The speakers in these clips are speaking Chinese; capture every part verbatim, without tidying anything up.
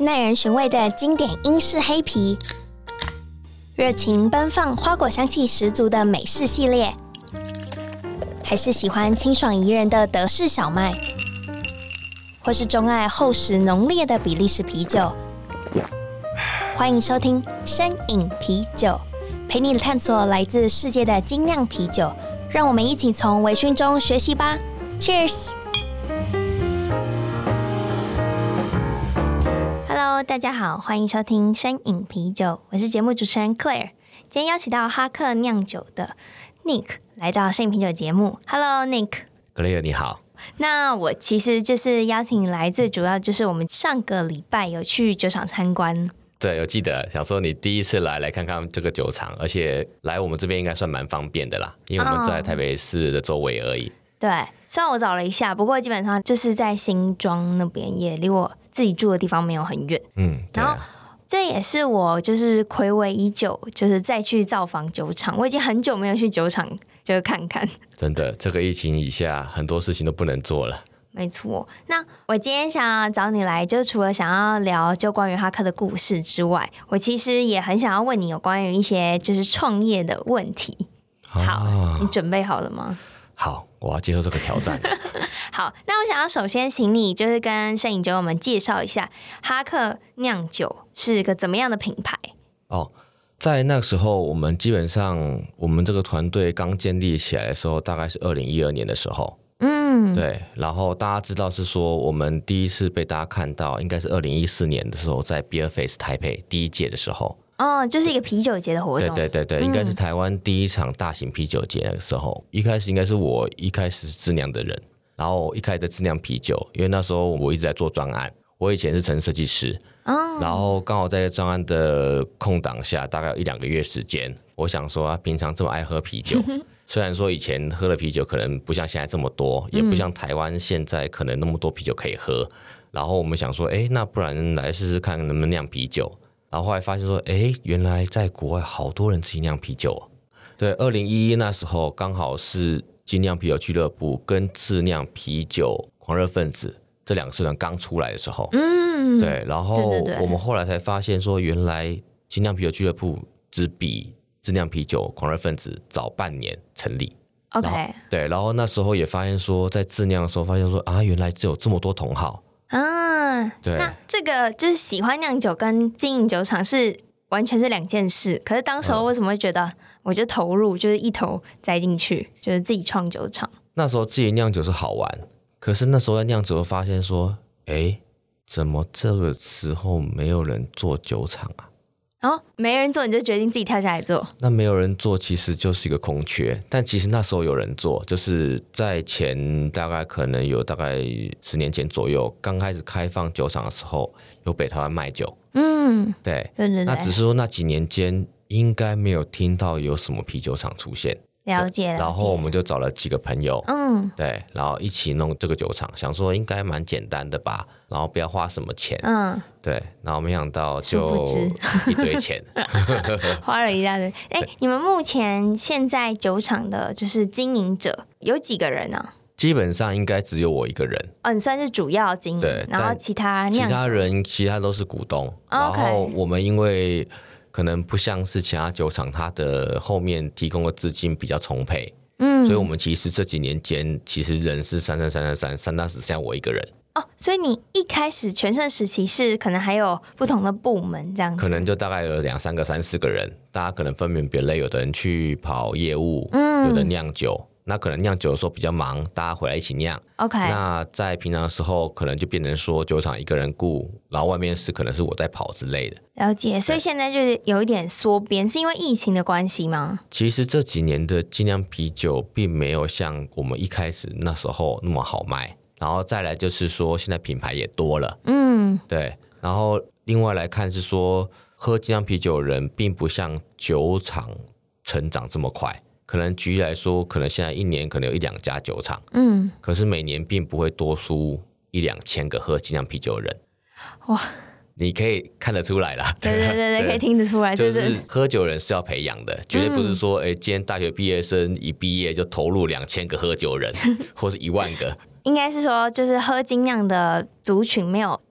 耐人寻味的经典英式黑啤，热情奔放、花果香气十足的美式系列，还是喜欢清爽宜人的德式小麦，或是钟爱厚实浓烈的比利时啤酒。欢迎收听深饮啤酒，陪你探索来自世界的精酿啤酒，让我们一起从微醺中学习吧。Cheers！Hello， 大家好，欢迎收听深饮啤酒，我是节目主持人 Claire。今天邀请到哈克酿酒的 Nick 来到深饮啤酒节目。Hello Nick。Claire 你好。 那我其实就是邀请你来，最主要就是我们上个礼拜有去酒厂参观。 对，有记得，想说你第一次来来看看这个酒厂，而且来我们这边应该算蛮方便的啦，因为我们在台北市的周围而已。 对，虽然我找了一下，不过基本上就是在新庄那边，也离我自己住的地方没有很远。 嗯，对啊。 然后这也是我就是睽违已久，就是再去造访酒厂。我已经很久没有去酒厂，就是看看。 真的，这个疫情以下，很多事情都不能做了。 没错，那我今天想要找你来，就除了想要聊就关于哈克的故事之外，我其实也很想要问你有关于一些就是创业的问题。好，啊、你准备好了吗？ 好，我要接受这个挑战。 好，那我想要首先请你就是跟摄影酒友们介绍一下哈克酿酒是个怎么样的品牌。 哦，在那个时候，我们基本上我们这个团队刚建立起来的时候，大概是二零一二年的时候。嗯，对，然后大家知道是说，我们第一次被大家看到，应该是二零一四年的时候，在 Beer Fest 台北第一届的时候。 哦，就是一个啤酒节的活动。 对对对对，嗯、应该是台湾第一场大型啤酒节的时候。一开始应该是我一开始是自酿的人，然后一开始在自酿啤酒，因为那时候我一直在做专案，我以前是城市设计师，哦、然后刚好在专案的空档下，大概有一两个月时间，我想说啊，平常这么爱喝啤酒。虽然说以前喝的啤酒可能不像现在这么多，也不像台湾现在可能那么多啤酒可以喝，嗯、然后我们想说，哎，那不然来试试看能不能酿啤酒。然后后来发现说，哎，原来在国外好多人自己酿啤酒。对，二零一一那时候刚好是精酿啤酒俱乐部跟自酿啤酒狂热分子这两个社团刚出来的时候，嗯，对，然后我们后来才发现说，原来精酿啤酒俱乐部只比自酿啤酒狂热分子早半年成立。 OK， 对，然后那时候也发现说，在自酿的时候发现说啊，原来只有这么多同好啊。对，那这个就是喜欢酿酒跟经营酒厂是完全是两件事。可是当时候为什么会觉得我就投入，就是一头栽进去，就是自己创酒厂？ 那时候自己酿酒是好玩，可是那时候在酿酒发现说，哎，怎么这个时候没有人做酒厂啊？ 哦，没人做你就决定自己跳下来做？ 那没有人做其实就是一个空缺，但其实那时候有人做，就是在前大概可能有大概十年前左右，刚开始开放酒厂的时候，有北台湾卖酒。嗯，对， 对对对。 那只是说那几年间应该没有听到有什么啤酒厂出现。 了解，了解。 然后我们就找了几个朋友，嗯，对，然后一起弄这个酒厂，想说应该蛮简单的吧，然后不要花什么钱，嗯，对，然后没想到就一堆钱， 花了一大堆。哎，你们目前现在酒厂的就是经营者有几个人呢、啊？ 基本上应该只有我一个人， 哦，你算是主要经营， 对， 然后其他其他人其他都是股东，哦、然后我们因为可能不像是其他酒厂，它的后面提供的资金比较充沛，嗯，所以我们其实这几年间，其实人是三三三三三，三到只剩下我一个人。 哦，所以你一开始全盛时期是可能还有不同的部门这样子， 可能就大概有两三个、三四个人，大家可能分门别类，有的人去跑业务，嗯，有的酿酒。那可能酿酒的时候比较忙，大家回来一起酿。 OK。 那在平常的时候，可能就变成说酒厂一个人顾，然后外面是可能是我在跑之类的。 了解，所以现在就是有一点缩编，是因为疫情的关系吗？ 其实这几年的精酿啤酒并没有像我们一开始那时候那么好卖，然后再来就是说现在品牌也多了，嗯，对。然后另外来看是说，喝精酿啤酒的人并不像酒厂成长这么快。可能举例来说，可能现在一年可能有一两家酒厂，嗯，可是每年并不会多出一两千个喝精酿啤酒的人，哇，你可以看得出来啦。 对对对对，可以听得出来， 就是喝酒人是要培养的，绝对不是说，哎、嗯，今天大学毕业生一毕业就投入两千个喝酒人，或是一万个。 应该是说，就是喝精酿的族群没有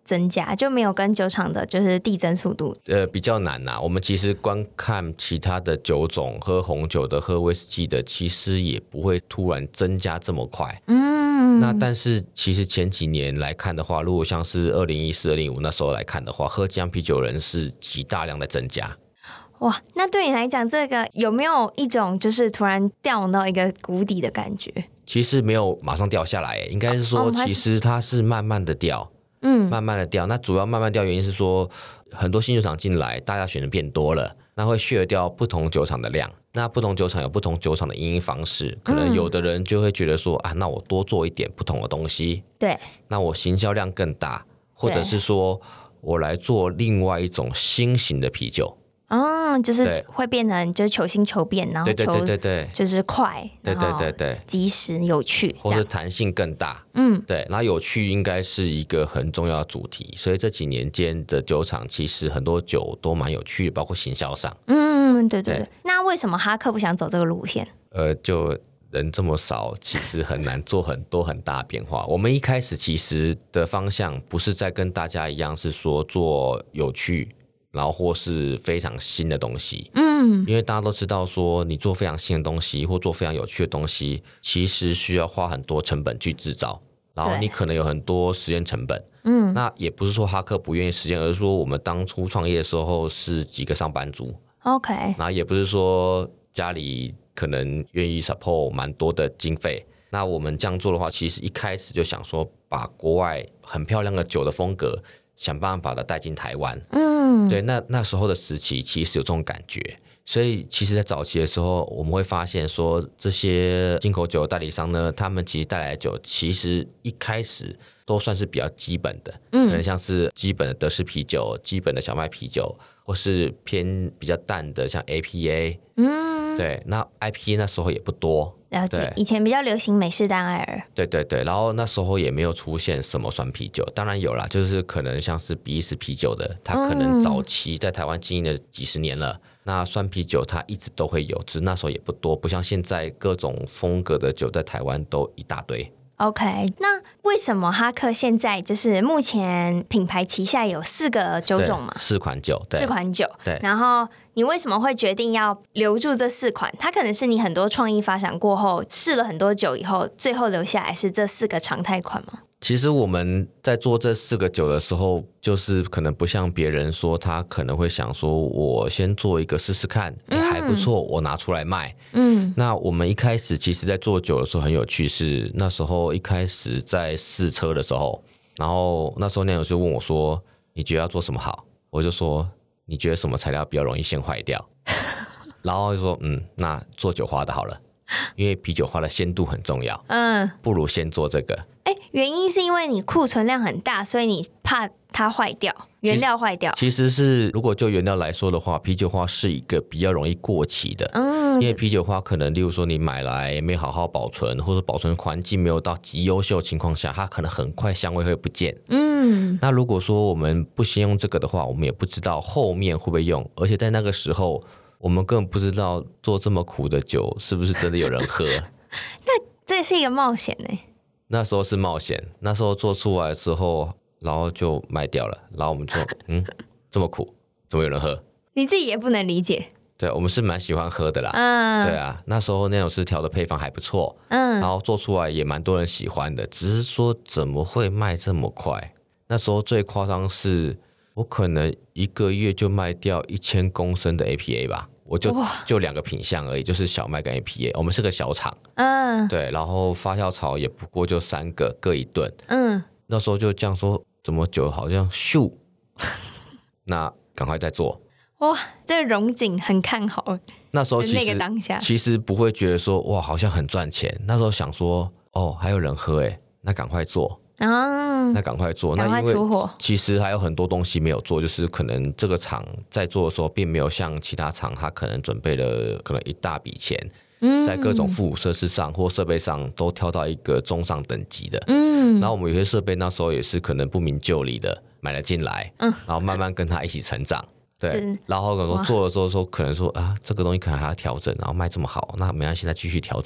增加，就没有跟酒厂的就是递增速度？ 呃，比较难啊。我们其实观看其他的酒种，喝红酒的、喝威士忌的，其实也不会突然增加这么快。嗯，那但是其实前几年来看的话，如果像是二零一四、二零一五那时候来看的话，喝精酿啤酒人是极大量的增加。 哇，那对你来讲，这个有没有一种就是突然掉到一个谷底的感觉？ 其实没有马上掉下来，应该是说，其实它是慢慢的掉，嗯，慢慢的掉。那主要慢慢掉原因是说，很多新酒厂进来，大家选的变多了，那会削掉不同酒厂的量。那不同酒厂有不同酒厂的营运方式，可能有的人就会觉得说、嗯、啊，那我多做一点不同的东西， 对， 那我行销量更大，或者是说我来做另外一种新型的啤酒。 嗯，就是会变成就是求新求变，然后求对对对对对， 就是快， 对对对对， 及时有趣， 或者弹性更大。嗯，对，然后有趣应该是一个很重要的主题，所以这几年间的酒厂其实很多酒都蛮有趣的，包括行销上。 嗯，对对对。那为什么哈克不想走这个路线？ 呃，就人这么少，其实很难做很多很大的变化。我们一开始其实的方向不是在跟大家一样，是说做有趣。然后或是非常新的东西，嗯，因为大家都知道说你做非常新的东西或做非常有趣的东西，其实需要花很多成本去制造，然后你可能有很多时间成本，嗯，那也不是说哈克不愿意实践，而是说我们当初创业的时候是几个上班族 ，OK， 然后也不是说家里可能愿意 support 蛮多的经费，那我们这样做的话，其实一开始就想说把国外很漂亮的酒的风格想办法的带进台湾，嗯，对，那那时候的时期其实有这种感觉，所以其实在早期的时候，我们会发现说这些进口酒的代理商呢，他们其实带来的酒其实一开始都算是比较基本的，嗯，可能像是基本的德式啤酒、基本的小麦啤酒，或是偏比较淡的像 A P A， 嗯，对，那 I P A 那时候也不多。 了解，以前比较流行美式淡艾尔， 对对对，然后那时候也没有出现什么酸啤酒，当然有啦，就是可能像是比利时啤酒的，它可能早期在台湾经营了几十年了，嗯，那酸啤酒它一直都会有，只是那时候也不多，不像现在各种风格的酒在台湾都一大堆。 OK， 那为什么哈克现在就是目前品牌旗下有四个酒种嘛？ 四款酒，对， 四款酒。 对。 然后你为什么会决定要留住这四款？它可能是你很多创意发想过后，试了很多酒以后，最后留下来是这四个常态款吗？ 其实我们在做这四个酒的时候，就是可能不像别人说他可能会想说我先做一个试试看，嗯，还不错，我拿出来卖。嗯，那我们一开始其实在做酒的时候很有趣，是那时候一开始在试车的时候，然后那时候那友就问我说你觉得要做什么好？我就说你觉得什么材料比较容易先坏掉？然后就说嗯，那做酒花的好了，因为啤酒花的鲜度很重要，嗯，不如先做这个。 哎，原因是因为你库存量很大，所以你怕它坏掉，原料坏掉。 其实是如果就原料来说的话，啤酒花是一个比较容易过期的，嗯，因为啤酒花可能例如说你买来没好好保存，或者保存环境没有到极优秀的情况下，它可能很快香味会不见。嗯，那如果说我们不先用这个的话，我们也不知道后面会不会用，而且在那个时候我们根本不知道做这么苦的酒是不是真的有人喝。 那这是一个冒险耶。 那时候是冒险，那时候做出来之后，然后就卖掉了，然后我们说，嗯，这么苦，怎么有人喝？ 你自己也不能理解。 对，我们是蛮喜欢喝的啦，嗯，对啊，那时候那种是调的配方还不错，嗯，然后做出来也蛮多人喜欢的，只是说怎么会卖这么快？那时候最夸张是，我可能一个月就卖掉一千公升的 A P A 吧。我就就两个品项而已，就是小麦跟 A P A， 我们是个小厂，嗯，对，然后发酵槽也不过就三个，各一吨，嗯，那时候就这样说，怎么酒好像咻，那赶快再做， 哇，这荣景很看好， 那时候其实那个当下其实不会觉得说哇好像很赚钱，那时候想说哦还有人喝哎，那赶快做。啊，那赶快做， 赶快出货。 那因为其实还有很多东西没有做，就是可能这个厂在做的时候，并没有像其他厂，他可能准备了可能一大笔钱，嗯，在各种附属设施上或设备上都挑到一个中上等级的，嗯，然后我们有些设备那时候也是可能不明就里的买了进来，嗯，然后慢慢跟他一起成长。对，然后可能做的时候说，可能说啊，这个东西可能还要调整，然后卖这么好，那没关系，再继续调整。 那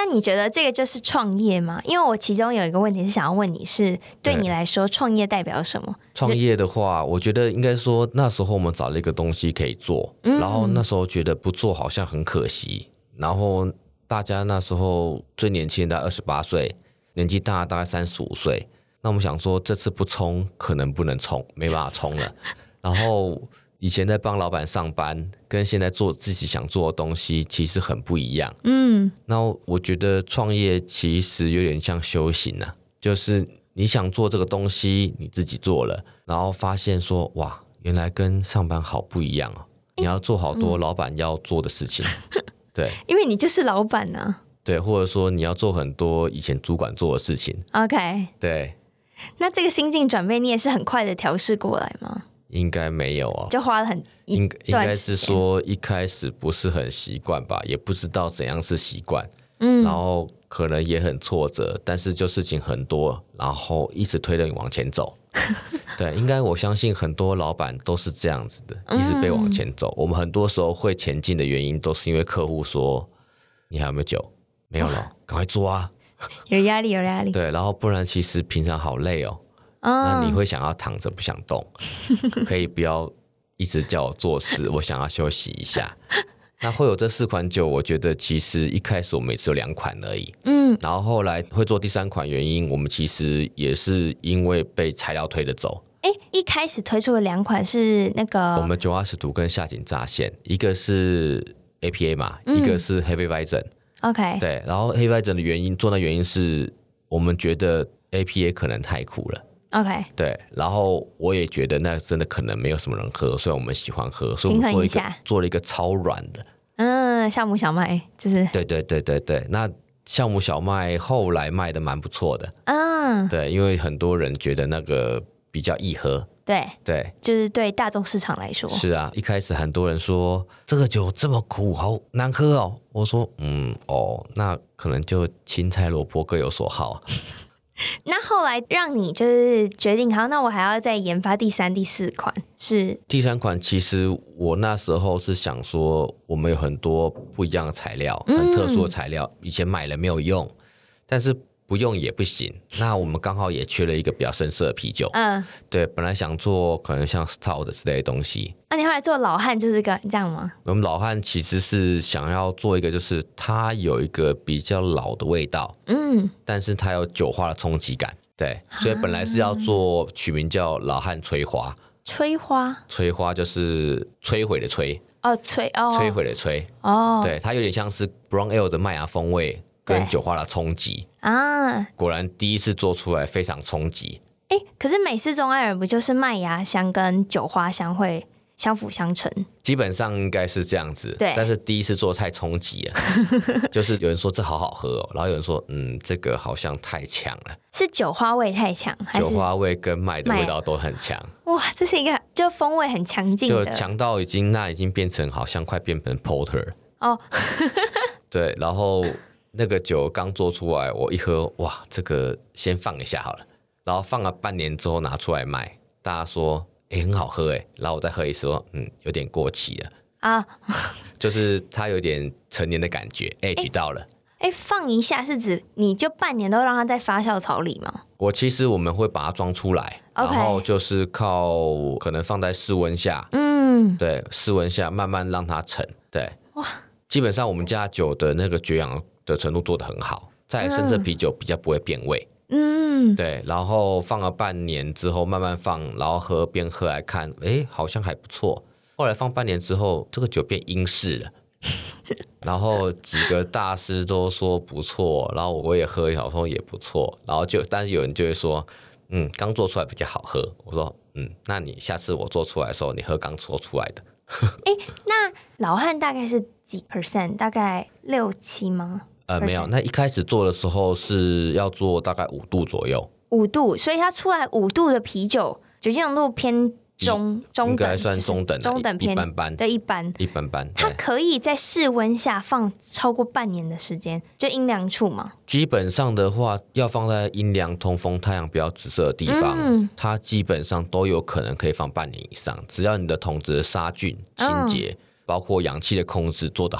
那你觉得这个就是创业吗？因为我其中有一个问题是想要问你是，对你来说创业代表什么？ 创业的话，我觉得应该说那时候我们找了一个东西可以做，嗯、然后那时候觉得不做好像很可惜，然后大家那时候最年轻的大概二十八岁，年纪大大概三十五岁，那我们想说这次不冲可能不能冲，没办法冲了。然后以前在帮老板上班，跟现在做自己想做的东西其实很不一样。嗯，那我觉得创业其实有点像修行啊，就是你想做这个东西，你自己做了，然后发现说哇，原来跟上班好不一样哦。你要做好多老板要做的事情，嗯、对， 因为你就是老板啊。 对，或者说你要做很多以前主管做的事情。 OK， 对。 那这个心境转变，你也是很快的调试过来吗？ 应该没有哦， 就花了很一段时间。应该是说一开始不是很习惯吧，也不知道怎样是习惯，嗯，然后可能也很挫折，但是就事情很多，然后一直推着你往前走。对，应该我相信很多老板都是这样子的，一直被往前走。嗯、我们很多时候会前进的原因，都是因为客户说你还有没有酒？没有了，赶快做啊！ 有压力，有压力。 对，然后不然其实平常好累哦。那你会想要躺着不想动，可以不要一直叫我做事，我想要休息一下。那会有这四款酒，我觉得其实一开始我们也只有两款而已，嗯，然后后来会做第三款原因，我们其实也是因为被材料推着走。 哎，一开始推出的两款是那个我们酒花使徒跟夏井乍现，一个是 A P A 嘛，嗯、一个是 Hefeweizen。OK， 对，然后 Hefeweizen 的原因做的原因是我们觉得 A P A 可能太苦了。 OK， 对，然后我也觉得那真的可能没有什么人喝，所以我们喜欢喝，所以我们做一个做了一个超软的， 嗯，酵母小麦就是， 对对对对对，那酵母小麦后来卖的蛮不错的，嗯，对，因为很多人觉得那个比较易喝， 对对， 就是对大众市场来说， 是啊，一开始很多人说这个酒这么苦，好难喝哦，我说嗯哦，那可能就青菜萝卜各有所好。 那后来让你就是决定好，那我还要再研发第三、第四款是第三款。其实我那时候是想说，我们有很多不一样的材料，很特殊的材料，嗯、以前买了没有用，但是不用也不行。那我们刚好也缺了一个比较深色的啤酒，嗯，对，本来想做可能像 stout 之类的东西。 那、啊、你后来做老汉就是个这样吗？ 我们老汉其实是想要做一个，就是它有一个比较老的味道，嗯，但是它有酒花的冲击感，对，所以本来是要做取名叫老汉摧花。 摧花， 摧花就是摧毁的摧， 哦，摧哦， 摧毁的摧，哦，对，它有点像是 Brown Ale 的麦芽风味跟酒花的冲击啊，果然第一次做出来非常冲击。 哎，可是美式中艾尔不就是麦芽香跟酒花香会相辅相成？ 基本上应该是这样子， 对。 但是第一次做太冲击了，就是有人说这好好喝哦，然后有人说嗯，这个好像太强了。 是酒花味太强，还是酒花味跟麦的味道都很强？ 哇，这是一个就风味很强劲的， 就强到已经那已经变成好像快变成 porter 哦。对，然后那个酒刚做出来，我一喝，哇，这个先放一下好了，然后放了半年之后拿出来卖，大家说。哎、欸，很好喝哎，然后我再喝一次说，嗯，有点过期了啊，就是它有点陈年的感觉，哎、欸，举到了。 哎、欸，放一下是指你就半年都让它在发酵槽里吗？ 我其实我们会把它装出来， okay. 然后就是靠可能放在室温下，嗯，对，室温下慢慢让它沉，对，哇，基本上我们家酒的那个绝氧的程度做得很好，在深色啤酒比较不会变味。嗯，对，然后放了半年之后慢慢放，然后喝边喝来看，哎，好像还不错。后来放半年之后，这个酒变英式了，然后几个大师都说不错，然后我也喝一口说也不错，然后就但是有人就会说，嗯，刚做出来比较好喝。我说，嗯，那你下次我做出来的时候，你喝刚做出来的。 哎，那老汉大概是几 percent？ 大概六七吗？ 呃，没有，那一开始做的时候是要做大概五度左右， 五度，所以它出来五度的啤酒，酒精浓度偏中中等， 应该算中等、 就是、中等偏一般般， 对，一般一般般。 它可以在室温下放超过半年的时间，就阴凉处嘛。 基本上的话，要放在阴凉、通风、太阳比较直射的地方、嗯，它基本上都有可能可以放半年以上，只要你的桶子的杀菌、清洁、嗯，包括氧气的控制做得好。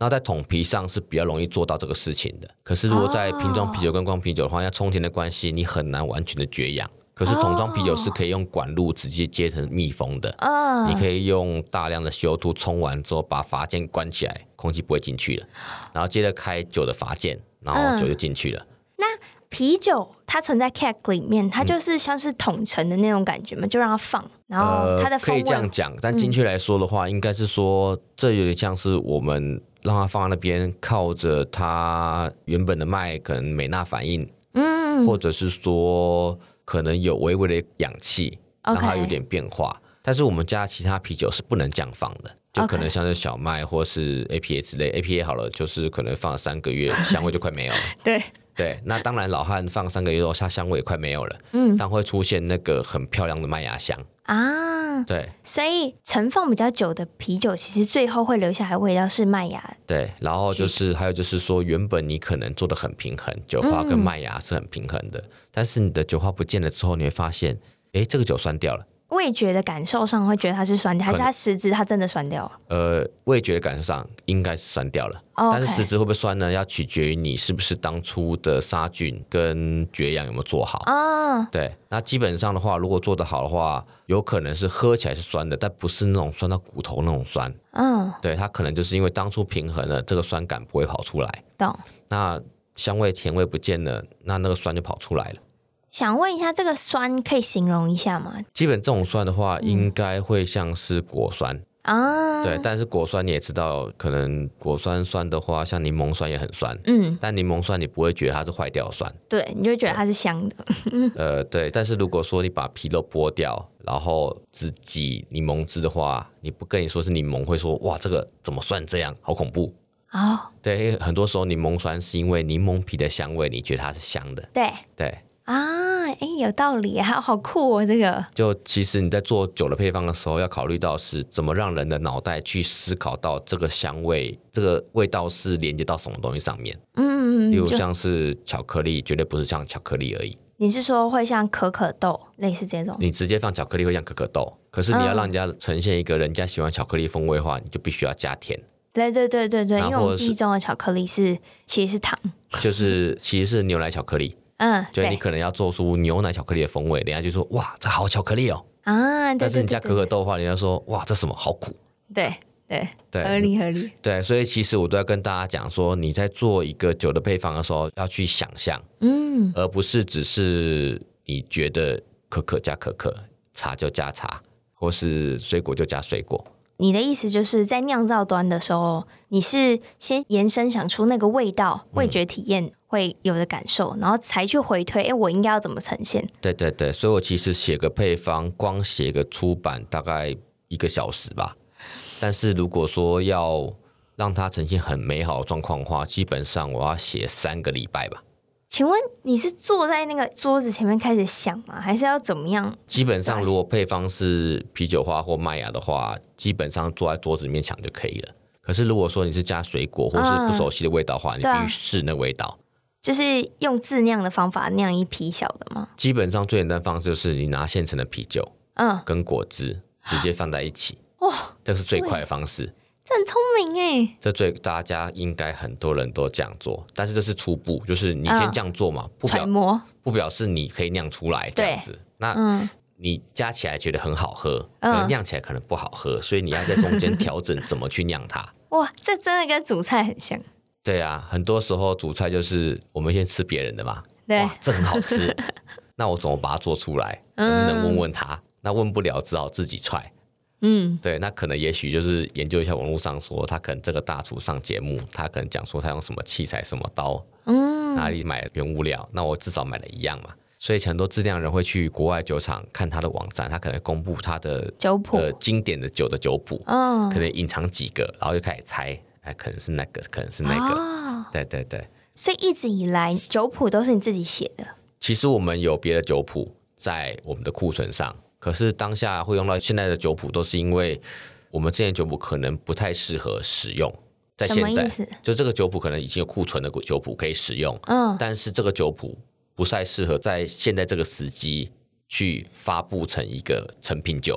然后在桶啤上是比较容易做到这个事情的。可是如果在瓶装啤酒跟光啤酒的话，因为充填的关系，你很难完全的绝氧。可是桶装啤酒是可以用管路直接接成密封的，哦、你可以用大量的 C O 二 充完之后，把阀件关起来，空气不会进去了，然后接着开酒的阀件，然后酒就进去了。嗯、 那啤酒它存在 keg 里面，它就是像是桶陈的那种感觉嘛，嗯、就让它放，然后它的风味、 呃、可以这样讲，但精确来说的话，嗯、应该是说这有点像是我们让它放在那边，靠着它原本的麦可能美纳反应，嗯，或者是说可能有微微的氧气，让它有点变化。Okay. 但是我们家其他啤酒是不能这样放的，就可能像是小麦或是 A P A 之类 ，A P A 好了，就是可能放了三个月，香味就快没有了。 对。 对，那当然老汉放三个月后，它香味也快没有了，嗯，但会出现那个很漂亮的麦芽香啊。对， 所以陈放比较久的啤酒，其实最后会留下来的味道是麦芽。 对，然后就是还有就是说，原本你可能做的很平衡，酒花跟麦芽是很平衡的，嗯、但是你的酒花不见了之后，你会发现，哎，这个酒酸掉了。 味觉的感受上会觉得它是酸掉，还是它实质它真的酸掉了？ 呃，味觉的感受上应该是酸掉了， okay. 但是实质会不会酸呢？要取决于你是不是当初的杀菌跟绝氧有没有做好啊？对，那基本上的话，如果做得好的话，有可能是喝起来是酸的，但不是那种酸到骨头那种酸。嗯，对，它可能就是因为当初平衡了，这个酸感不会跑出来。 懂。 那香味甜味不见了，那那个酸就跑出来了。 想问一下，这个酸可以形容一下吗？ 基本这种酸的话，应该会像是果酸啊、嗯。对，但是果酸你也知道，可能果酸酸的话，像柠檬酸也很酸。嗯，但柠檬酸你不会觉得它是坏掉的酸， 对，你就会觉得它是香的。 呃，对。但是如果说你把皮都剥掉，然后只挤柠檬汁的话，你不跟你说是柠檬，会说哇，这个怎么酸这样，好恐怖。哦，对，因为很多时候柠檬酸是因为柠檬皮的香味，你觉得它是香的。 对对。 啊，哎，有道理，好好酷哦！这个就其实你在做酒的配方的时候，要考虑到是怎么让人的脑袋去思考到这个香味，这个味道是连接到什么东西上面。嗯，例如像是巧克力，绝对不是像巧克力而已。 你是说会像可可豆类似这种？ 你直接放巧克力会像可可豆，可是你要让人家呈现一个人家喜欢巧克力风味的话，你就必须要加甜。 对对对对对，因为我们记忆中的巧克力是其实是糖， 就是其实是牛奶巧克力。嗯，就你可能要做出牛奶巧克力的风味，人家就说哇，这好巧克力哦啊！对对对对，但是你加可可豆的话，人家说哇，这什么好苦。 对对对，合理合理。 对，所以其实我都要跟大家讲说，你在做一个酒的配方的时候，要去想象，嗯，而不是只是你觉得可可加可可，茶就加茶，或是水果就加水果。 你的意思就是在酿造端的时候，你是先延伸想出那个味道、味觉体验会有的感受，嗯、然后才去回推，哎，我应该要怎么呈现？ 对对对，所以我其实写个配方，光写个出版大概一个小时吧。但是如果说要让它呈现很美好的状况的话，基本上我要写三个礼拜吧。 请问你是坐在那个桌子前面开始想吗？还是要怎么样？ 基本上如果配方是啤酒花或麦芽的话，基本上坐在桌子里面想就可以了。可是如果说你是加水果或是不熟悉的味道的话，嗯、你必须试那味道。 就是用自酿的方法酿一批小的吗？ 基本上最简单的方式就是你拿现成的啤酒，嗯，跟果汁直接放在一起，哇，这是最快的方式。 这很聪明耶， 这最大家应该很多人都这样做，但是这是初步，就是你先这样做嘛，嗯、不表不表示你可以酿出来这样子。那、嗯、你加起来觉得很好喝，嗯、酿起来可能不好喝，所以你要在中间调整怎么去酿它。 哇，这真的跟主菜很像。 对啊，很多时候主菜就是我们先吃别人的嘛，对，哇，这很好吃，那我怎么把它做出来？能不能问问他？嗯、那问不了，只好自己踹。嗯，对，那可能也许就是研究一下网络上说，他可能这个大厨上节目，他可能讲说他用什么器材、什么刀，嗯，哪里买原物料，那我至少买了一样嘛。所以很多质量人会去国外酒厂看他的网站，他可能公布他的酒谱， 呃，经典的酒的酒谱，嗯，可能隐藏几个，然后就开始猜，哎，可能是那个，可能是那个，哦、对对对。 所以一直以来酒谱都是你自己写的？ 其实我们有别的酒谱在我们的库存上。可是当下会用到现在的酒谱，都是因为我们之前的酒谱可能不太适合使用，在现在就这个酒谱可能已经有库存的酒谱可以使用，嗯，但是这个酒谱不太适合在现在这个时机去发布成一个成品酒。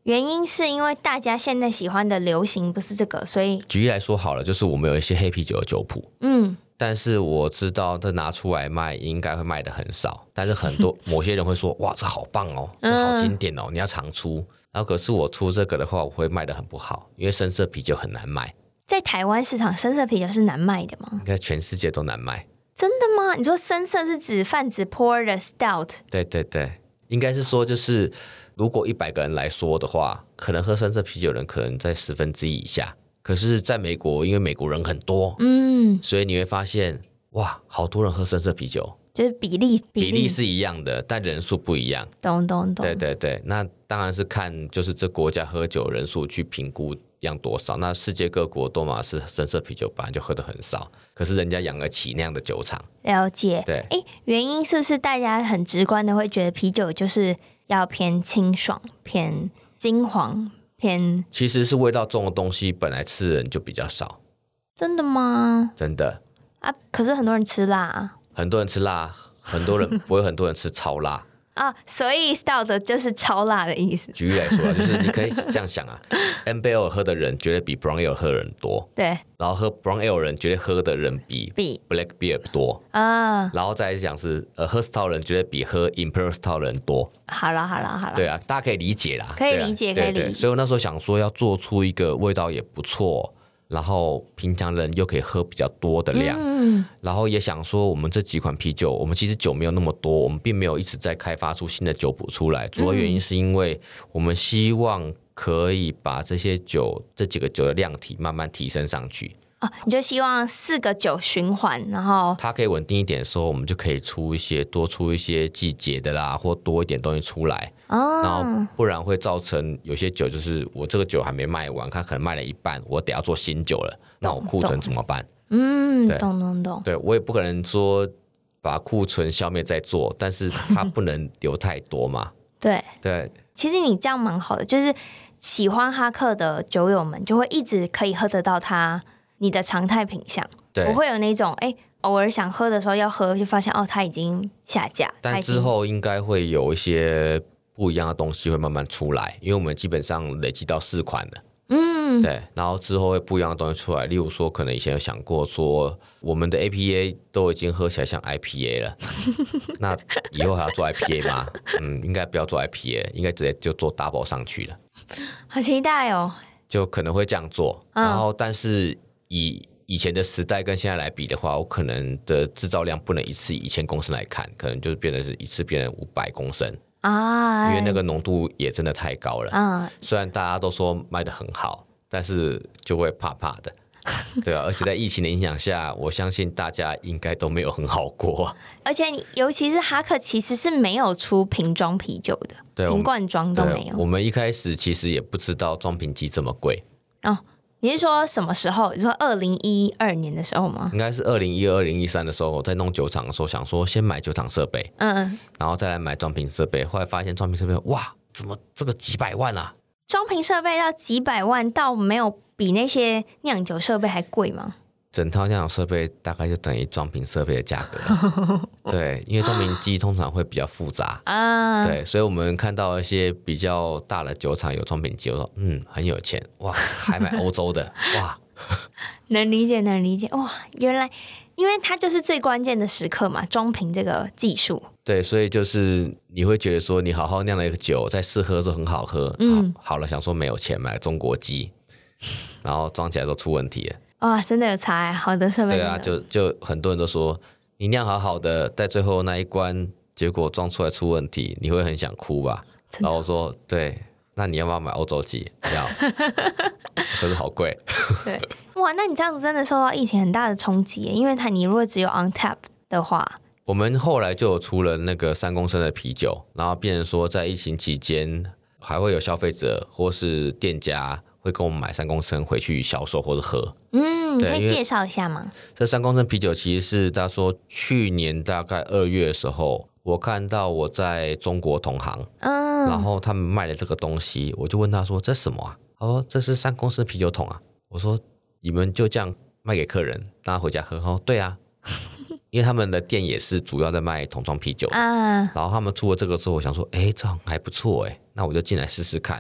原因是因为大家现在喜欢的流行不是这个，所以举例来说好了，就是我们有一些黑啤酒的酒谱，嗯，但是我知道这拿出来卖应该会卖的很少，但是很多某些人会说哇这好棒哦，这好经典哦，你要常出。然后可是我出这个的话，我会卖的很不好，因为深色啤酒很难卖。 在台湾市场，深色啤酒是难卖的吗？ 应该全世界都难卖。 真的吗？你说深色是指泛指 pour 的 stout？ 对对对，应该是说就是如果一百个人来说的话，可能喝深色啤酒的人可能在十分之一以下。可是在美国，因为美国人很多，嗯，所以你会发现哇，好多人喝深色啤酒。 就是比例比例比例是一样的，但人数不一样。 懂懂懂。 对对对，那当然是看就是这国家喝酒人数去评估样多少。那世界各国多嘛是深色啤酒本来就喝得很少，可是人家养得起那样的酒厂。 了解。 对， 哎，原因是不是大家很直观的会觉得啤酒就是要偏清爽、偏金黄、偏…… 其实是味道重的东西，本来吃的人就比较少。 真的吗？ 真的啊，可是很多人吃辣啊。 很多人吃辣，很多人不会，很多人吃超辣啊，所以 stout 就是超辣的意思。 举例来说啊，就是你可以这样想啊 ，M B L 喝的人绝对比 Brown Ale 喝的人多， 对， 然后喝 Brown Ale 人绝对喝的人比比 Black Beer 多啊，然后再讲是呃喝 stout 人绝对比喝 Imperial stout 人多。 好了好了好了， 对啊，大家可以理解啦， 可以理解，可以理解。 所以我那时候想说要做出一个味道也不错。然后平常人又可以喝比较多的量，嗯，然后也想说我们这几款啤酒，我们其实酒没有那么多，我们并没有一直在开发出新的酒谱出来，主要原因是因为我们希望可以把这些酒这几个酒的量体慢慢提升上去。 哦，你就希望四个酒循环，然后它可以稳定一点的时候，我们就可以出一些多出一些季节的啦，或多一点东西出来。哦，然后不然会造成有些酒就是我这个酒还没卖完，它可能卖了一半，我得要做新酒了，那我库存怎么办？ 嗯，懂懂懂。 对，我也不可能说把库存消灭再做，但是它不能留太多嘛。 对对， 其实你这样蛮好的，就是喜欢哈克的酒友们就会一直可以喝得到它。你的常态品项不会有那种哎，偶尔想喝的时候要喝，就发现哦，它已经下架。 但之后应该会有一些不一样的东西会慢慢出来，因为我们基本上累积到四款了。嗯，对，然后之后会不一样的东西出来，例如说，可能以前有想过说，我们的 A P A 都已经喝起来像 I P A 了，那以后还要做 I P A 吗？嗯，应该不要做 I P A， 应该直接就做 double 上去了。 好期待哦！ 就可能会这样做，嗯、然后但是。以以前的时代跟现在来比的话，我可能的制造量不能一次以一千公升来看，可能就是变得是一次变成五百公升啊，因为那个浓度也真的太高了。嗯，虽然大家都说卖得很好，但是就会怕怕的，对啊，而且在疫情的影响下，我相信大家应该都没有很好过。 而且你尤其是哈克其实是没有出瓶装啤酒的， 对， 瓶罐装都没有。 我们一开始其实也不知道装瓶机这么贵哦。你是说什么时候？你说二零一二年的时候吗？ 应该是二零一二、二零一三的时候，我在弄酒厂的时候，想说先买酒厂设备，嗯，然后再来买装瓶设备。后来发现装瓶设备，哇，怎么这个几百万啊？ 装瓶设备要几百万，到没有比那些酿酒设备还贵吗？ 整套酿酒设备大概就等于装瓶设备的价格。对，因为装瓶机通常会比较复杂啊，对，所以我们看到一些比较大的酒厂有装瓶机，我说嗯很有钱哇，还买欧洲的哇， 能理解能理解哇，原来因为它就是最关键的时刻嘛，装瓶这个技术。 对，所以就是你会觉得说你好好酿了一个酒，在试喝的时候很好喝，嗯，好, 好了想说没有钱买中国机，然后装起来都出问题了。 哇，真的有差，好的设备。 对啊，就就很多人都说你酿好好的，在最后那一关，结果装出来出问题，你会很想哭吧？然后我说，对，那你要不要买欧洲机？要，可是好贵。 对，哇，那你这样子真的受到疫情很大的冲击，因为它你如果只有 on tap 的话， 我们后来就有出了那个三公升的啤酒，然后变成说在疫情期间还会有消费者或是店家。会跟我们买三公升回去销售或者喝。 嗯，你可以介绍一下吗？ 这三公升啤酒其实是他说去年大概二月的时候，我看到我在中国同行，嗯，然后他们卖了这个东西，我就问他说这是什么啊？他说这是三公升啤酒桶啊。我说你们就这样卖给客人，让他回家喝？他说对啊，因为他们的店也是主要在卖桶装啤酒啊。然后他们出了这个之后，我想说，哎，这好像还不错哎，那我就进来试试看。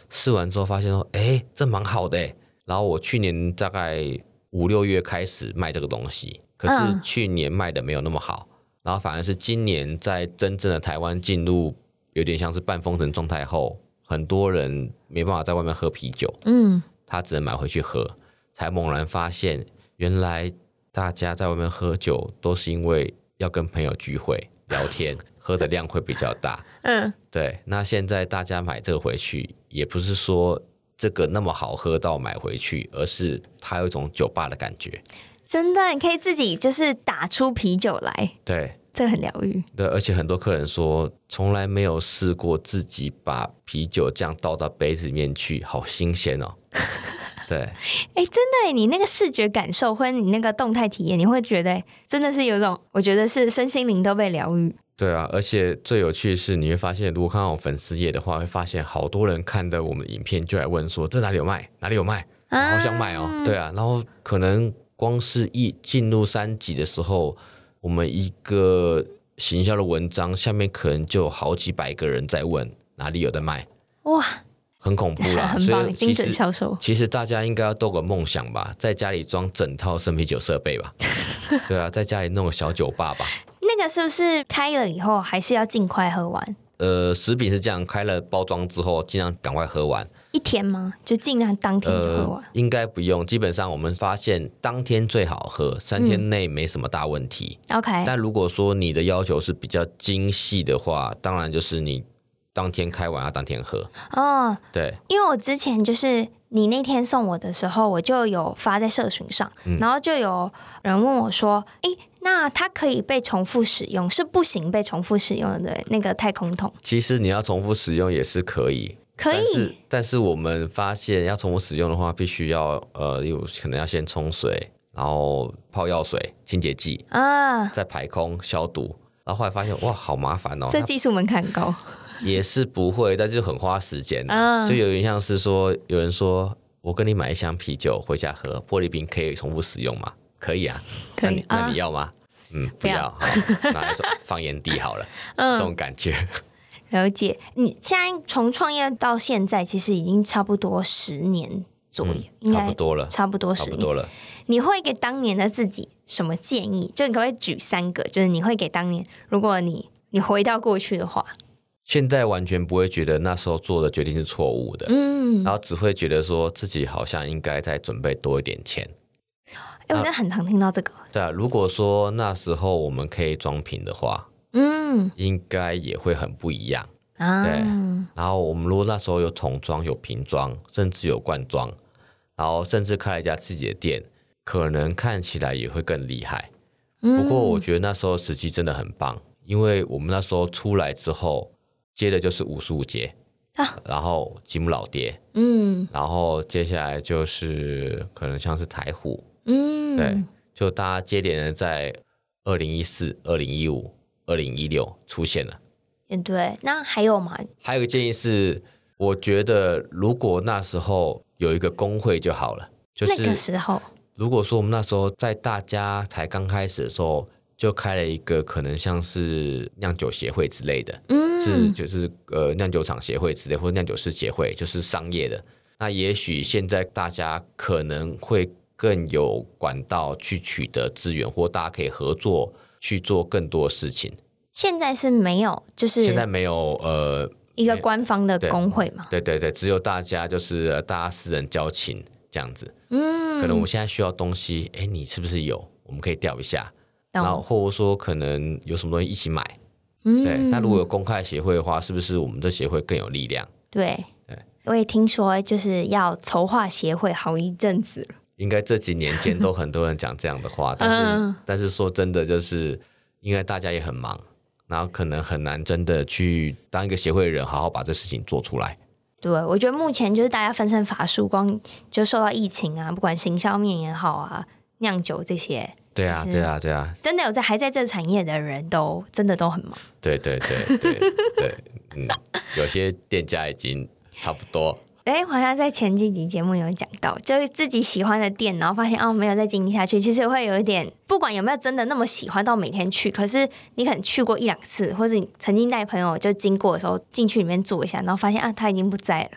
试完之后发现说，哎，这蛮好的哎。然后我去年大概五六月开始卖这个东西，可是去年卖的没有那么好，嗯、然后反而是今年在真正的台湾进入有点像是半封城状态后，很多人没办法在外面喝啤酒，嗯，他只能买回去喝，才猛然发现原来大家在外面喝酒都是因为要跟朋友聚会聊天，喝的量会比较大，嗯，对。那现在大家买这个回去，也不是说这个那么好喝到买回去，而是它有一种酒吧的感觉。 真的，你可以自己就是打出啤酒来， 对， 这很疗愈。 对，而且很多客人说，从来没有试过自己把啤酒这样倒到杯子里面去，好新鲜哦。对， 哎，真的，你那个视觉感受或者你那个动态体验，你会觉得真的是有种，我觉得是身心灵都被疗愈。 对啊，而且最有趣的是，你会发现，如果看到我粉丝页的话，会发现好多人看的我们的影片就来问说，这哪里有卖？哪里有卖？啊、好想买哦。对啊，然后可能光是一进入三级的时候，我们一个行销的文章下面可能就有好几百个人在问哪里有的卖。哇！很恐怖啦， 很棒，精准销售。 其实大家应该要都有个梦想吧，在家里装整套生啤酒设备吧。对啊，在家里弄个小酒吧吧。 那个是不是开了以后还是要尽快喝完？ 呃，食品是这样，开了包装之后尽量赶快喝完。 一天吗？就尽量当天就喝完？ 呃、应该不用，基本上我们发现当天最好喝，三天内没什么大问题。 嗯、OK。 但如果说你的要求是比较精细的话，当然就是你当天开完要当天喝。哦，对， 因为我之前就是你那天送我的时候，我就有发在社群上，嗯、然后就有人问我说：“哎，那它可以被重复使用，是不行被重复使用的那个太空桶？” 其实你要重复使用也是可以， 可以。 但是，但是我们发现要重复使用的话，必须要呃，有可能要先冲水，然后泡药水、清洁剂啊，再排空消毒。然后后来发现哇，好麻烦哦， 这技术门槛高。 也是不会，但就很花时间、啊嗯、就有点像是说，有人说我跟你买一箱啤酒回家喝，玻璃瓶可以重复使用吗？可以啊， 可以。 那 你,、啊、那你要吗？嗯，不要，不要拿来放烟蒂好了、嗯，这种感觉。 了解。你现在从创业到现在，其实已经差不多十年左右，嗯、应该差不多了， 差不多十年。 差不多了。 你会给当年的自己什么建议？就你可不可以举三个？就是你会给当年，如果你你回到过去的话。 现在完全不会觉得那时候做的决定是错误的，嗯，然后只会觉得说自己好像应该再准备多一点钱。 哎，我真的很常听到这个。 对啊，如果说那时候我们可以装瓶的话，嗯，应该也会很不一样啊。对，然后我们如果那时候有桶装、有瓶装，甚至有罐装，然后甚至开了一家自己的店，可能看起来也会更厉害。不过我觉得那时候时机真的很棒，因为我们那时候出来之后。接的就是五十五节、啊、然后吉姆老爹，嗯，然后接下来就是可能像是台虎，嗯，对，就大家接连的在二零一四、二零一五、二零一六出现了。 也对，那还有吗？ 还有一个建议是，我觉得如果那时候有一个工会就好了，就是那个时候， 如果说我们那时候在大家才刚开始的时候。就开了一个可能像是酿酒协会之类的，嗯，是就是呃酿酒厂协会之类，或者酿酒师协会，就是商业的。那也许现在大家可能会更有管道去取得资源，或大家可以合作去做更多的事情。 现在是没有，就是现在没有呃一个官方的工会嘛？ 对对对，只有大家就是大家私人交情这样子。嗯，可能我现在需要东西，哎，你是不是有？我们可以调一下。然后或者说可能有什么东西一起买，嗯，对。那如果有公开协会的话，是不是我们的协会更有力量？ 对，对。我也听说就是要筹划协会好一阵子了。 应该这几年间都很多人讲这样的话，但是、嗯、但是说真的，就是因为大家也很忙，然后可能很难真的去当一个协会的人，好好把这事情做出来。 对，我觉得目前就是大家分身乏术，光就受到疫情啊，不管行销面也好啊，酿酒这些。 对啊，对啊，对啊， 真的有在还在这个产业的人都真的都很忙。 对对对对对，嗯，有些店家已经差不多。 哎，好像在前几集节目有讲到，就是自己喜欢的店，然后发现哦没有再经营下去，其实会有一点，不管有没有真的那么喜欢到每天去，可是你可能去过一两次，或者你曾经带朋友就经过的时候进去里面坐一下，然后发现啊他已经不在了，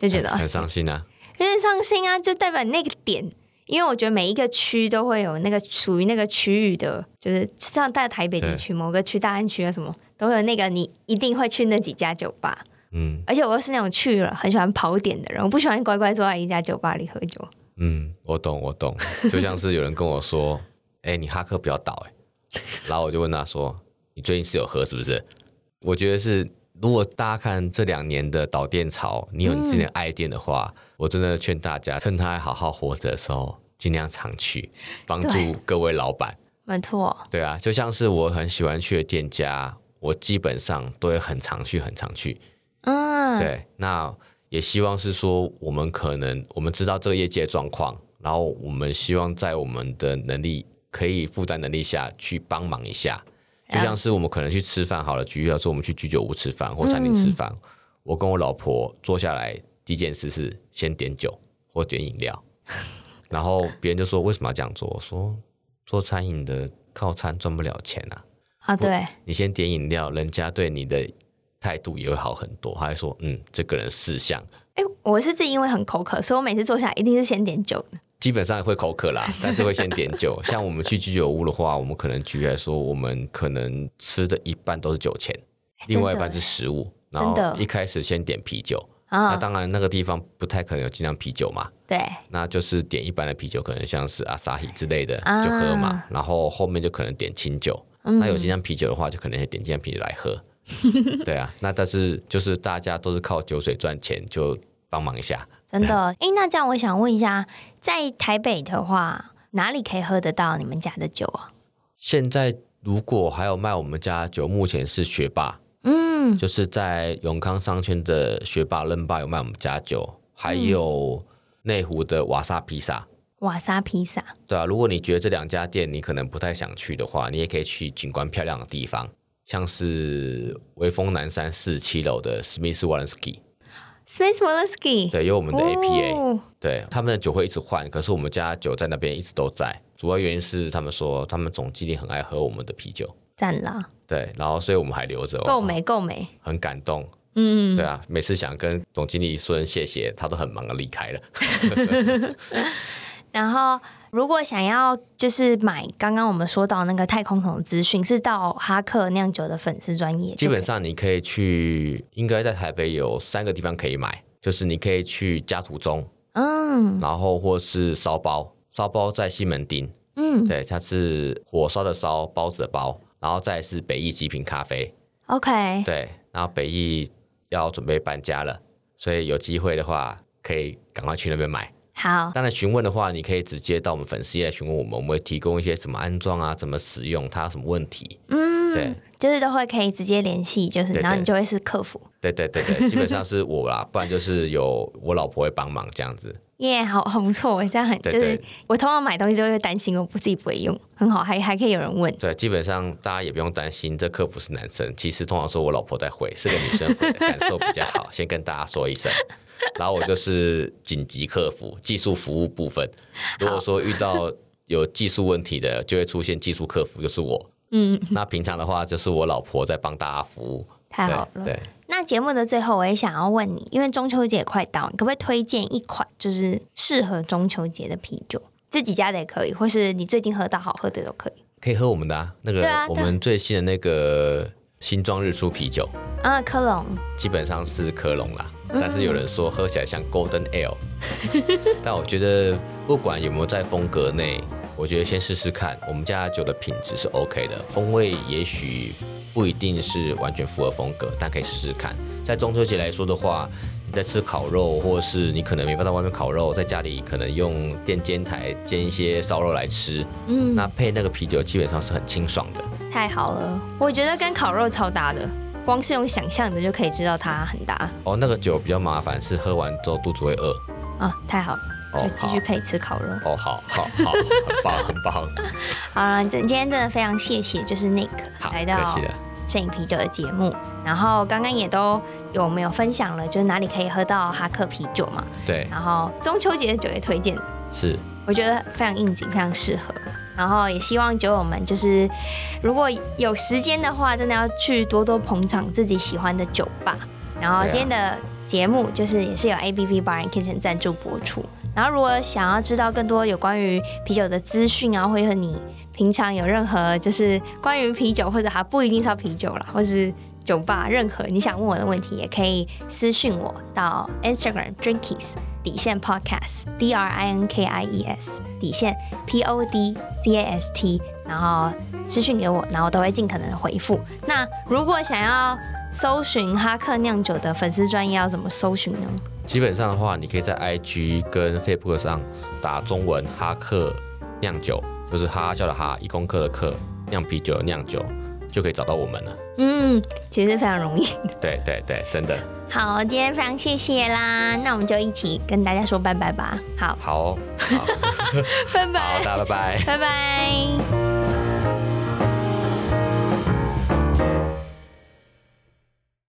就觉得很伤心啊， 有点伤心啊，就代表那个点。因为我觉得每一个区都会有那个属于那个区域的，就是像在台北地区某个区大安区啊什么，都会有那个你一定会去那几家酒吧。嗯，而且我又是那种去了很喜欢跑点的人，我不喜欢乖乖坐在一家酒吧里喝酒。 嗯，我懂我懂，就像是有人跟我说，哎、欸，你哈克不要倒哎、欸，然后我就问他说，你最近是有喝是不是？我觉得是，如果大家看这两年的倒店潮，你有你自己的爱店的话。嗯，我真的劝大家，趁他还好好活着的时候，尽量常去，帮助各位老板。 没错， 对啊，就像是我很喜欢去的店家，我基本上都会很常去，很常去。嗯，对，那也希望是说，我们可能我们知道这个业界状况，然后我们希望在我们的能力可以负担能力下去帮忙一下。就像是我们可能去吃饭好了，举例来说，我们去居酒屋吃饭或餐厅吃饭，嗯，我跟我老婆坐下来。第一件事是先点酒或点饮料，然后别人就说为什么要这样做？我说做餐饮的靠餐赚不了钱啊！ 啊，对， 你先点饮料，人家对你的态度也会好很多。他还说，嗯，这个人识相。 哎，我是自己因为很口渴，所以我每次坐下来一定是先点酒的。 基本上会口渴啦，但是会先点酒。像我们去居酒屋的话，我们可能举例来说，我们可能吃的一半都是酒钱，另外一半是食物。然后一开始先点啤酒。那当然，那个地方不太可能有精酿啤酒嘛， 对， 那就是点一般的啤酒，可能像是阿萨希之类的就喝嘛，啊，然后后面就可能点清酒，嗯，那有精酿啤酒的话，就可能会点精酿啤酒来喝，对啊，那但是就是大家都是靠酒水赚钱，就帮忙一下， 真的。哎，那这样我想问一下，在台北的话，哪里可以喝得到你们家的酒啊？ 现在如果还有卖我们家的酒，目前是学霸。嗯，就是在永康商圈的学霸任霸有卖我们家酒，还有内湖的瓦萨披萨。 瓦萨披萨， 对啊，如果你觉得这两家店你可能不太想去的话，你也可以去景观漂亮的地方，像是微风南山四十七楼的 Smith Wollensky。Smith Wollensky， 对，有我们的 A P A，哦，对，他们的酒会一直换，可是我们家酒在那边一直都在。主要原因是他们说，他们总经理很爱喝我们的啤酒。 赞啦！ 对，然后所以我们还留着， 够美够美， 很感动。嗯，对啊，每次想跟总经理说声谢谢，他都很忙的离开了。 然后，如果想要就是买刚刚我们说到那个太空桶的资讯，是到哈克酿酒的粉丝专页。 基本上你可以去，应该在台北有三个地方可以买，就是你可以去家途中，嗯，然后或是烧包，烧包在西门町，嗯，对，它是火烧的烧，包子的包。然后再是北艺极品咖啡 ，OK， 对，然后北艺要准备搬家了，所以有机会的话可以赶快去那边买。 好， 当然询问的话，你可以直接到我们粉丝页来询问我们，我们会提供一些怎么安装啊，怎么使用，它有什么问题，嗯，对， 就是都会可以直接联系，就是然后你就会是客服， 对对对对，基本上是我啦，不然就是有我老婆会帮忙这样子。 耶、yeah, ，好，很不错，这样很对对就是我通常买东西都会担心我自己不会用，很好，还还可以有人问。 对，基本上大家也不用担心，这客服是男生，其实通常说我老婆在回，是个女生回的，感受比较好，先跟大家说一声。然后我就是紧急客服，技术服务部分。如果说遇到有技术问题的，就会出现技术客服，就是我。嗯，那平常的话就是我老婆在帮大家服务。 太好了。 对， 那节目的最后，我也想要问你，因为中秋节快到，你可不可以推荐一款就是适合中秋节的啤酒？自己家的也可以，或是你最近喝到好喝的都可以。 可以喝我们的啊，那个、啊、我们最新的那个新庄日出啤酒啊，科隆， 基本上是科隆啦。但是有人说喝起来像 Golden Ale， 但我觉得不管有没有在风格内，我觉得先试试看。我们家酒的品质是 OK 的，风味也许不一定是完全符合风格，但可以试试看。在中秋节来说的话，你在吃烤肉，或是你可能没办法外面烤肉，在家里可能用电煎台煎一些烧肉来吃，嗯，那配那个啤酒基本上是很清爽的。 太好了，我觉得跟烤肉超搭的。光是用想象的就可以知道它很搭哦。那个酒比较麻烦，是喝完之后肚子会饿哦。太好了，就继续可以吃烤肉哦。好好好，很棒很棒。 好了，今天真的非常谢谢，就是 Nick 来到摄影啤酒的节目。然后刚刚也都有没有分享了，就是哪里可以喝到哈克啤酒嘛？ 对。 然后中秋节的酒也推荐， 是我觉得非常应景，非常适合。然后也希望酒友们就是如果有时间的话，真的要去多多捧场自己喜欢的酒吧。然后今天的节目就是也是由 A B V Bar and Kitchen 赞助播出。然后如果想要知道更多有关于啤酒的资讯啊，或者你平常有任何就是关于啤酒，或者还不一定是要啤酒啦，或是酒吧任何你想问我的问题，也可以私讯我到 Instagram Drinkies 底线 Podcast D R I N K I E S 底线 P O D C A S T， 然后私讯给我，然后我都会尽可能的回复。那如果想要搜寻哈克酿酒的粉丝专页，要怎么搜寻呢？ 基本上的话，你可以在 I G 跟 Facebook 上打中文哈克酿酒，就是哈哈笑的哈，一公克的克，酿啤酒的酿酒，就可以找到我们了。嗯， 其实非常容易。 对对对，真的。 好，今天非常谢谢啦，那我们就一起跟大家说拜拜吧。好， 好，好， 拜拜， 好，大家拜拜， 拜拜。